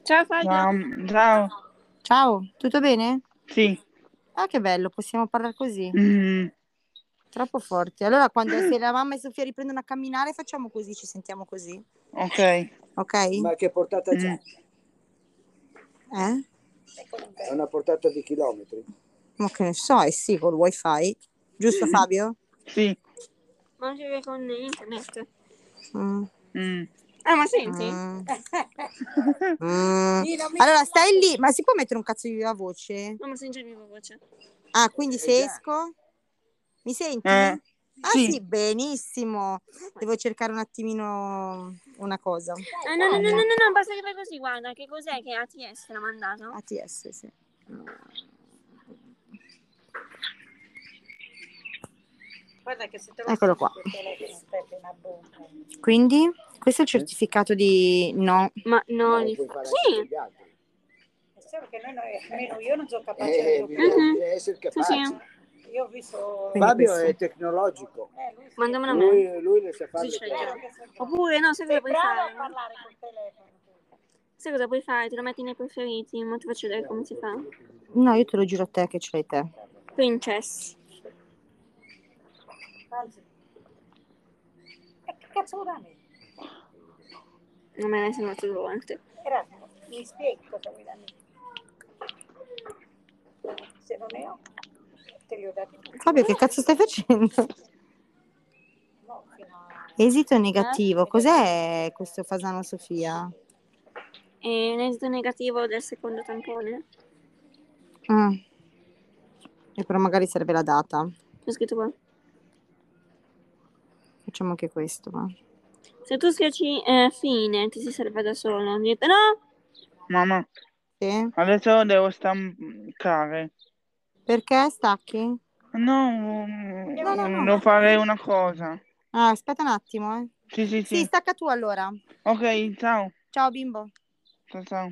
Ciao Fabio. Ciao, ciao. Ciao, tutto bene? Sì. Ah, che bello, possiamo parlare così. Mm, Troppo forti. Allora, se la mamma e Sofia riprendono a camminare, facciamo così, ci sentiamo così. ok. Ok? Ma che portata c'è? Eh? È una portata di chilometri. Ma che ne so, sì, col wifi. Giusto, Fabio? Sì. Ma anche con internet. Mm. Mm. Ah, ma senti? Mm. Mm. Allora, stai lì, ma si può mettere un cazzo di viva voce? No, ma senti il viva voce. Ah, quindi se esco? Mi senti? Ah Sì. sì, benissimo. Devo cercare un attimino una cosa. Ah, no, basta che fai così, guarda, che cos'è che ATS l'ha mandato? ATS, sì. Guarda che se te lo Eccolo qua. Quindi, questo è il certificato di no. Ma no, Lo puoi fare anche sì. per gli altri. È solo che almeno io non sono capace di Bisogna essere Sì, capaci. sì. Io ho visto Quindi Fabio questo. è tecnologico. lui sì. Mandamelo a me. Lui le sa fare Così le sceglio. cose. Oppure, no, sai cosa Sei puoi bravo a fare? parlare col telefono. Sai cosa puoi fare? Te lo metti nei preferiti, ma ti faccio vedere come si fa. No, io te lo giuro a te che ce l'hai te. Princess. Anzi. Che cazzo vuoi da me? Non me ne sono due volte. Erasmo, mi spieghi cosa vuoi da me? Se non ne ho, te li ho dati tutti. Fabio, che cazzo stai facendo? No, fino a... Esito negativo. Cos'è questo Fasano Sofia? E un esito negativo del secondo tampone. Ah. E però magari serve la data. C'è scritto qua. Facciamo anche questo, va. Se tu schiacci fine, ti si serve da solo. No! Mamma, Sì? adesso devo stancare. Perché stacchi? No, No. devo fare una cosa. Ah, aspetta un attimo, Sì, sì, Sì, sì. stacca tu allora. Ok, ciao. Ciao bimbo. Ciao, ciao.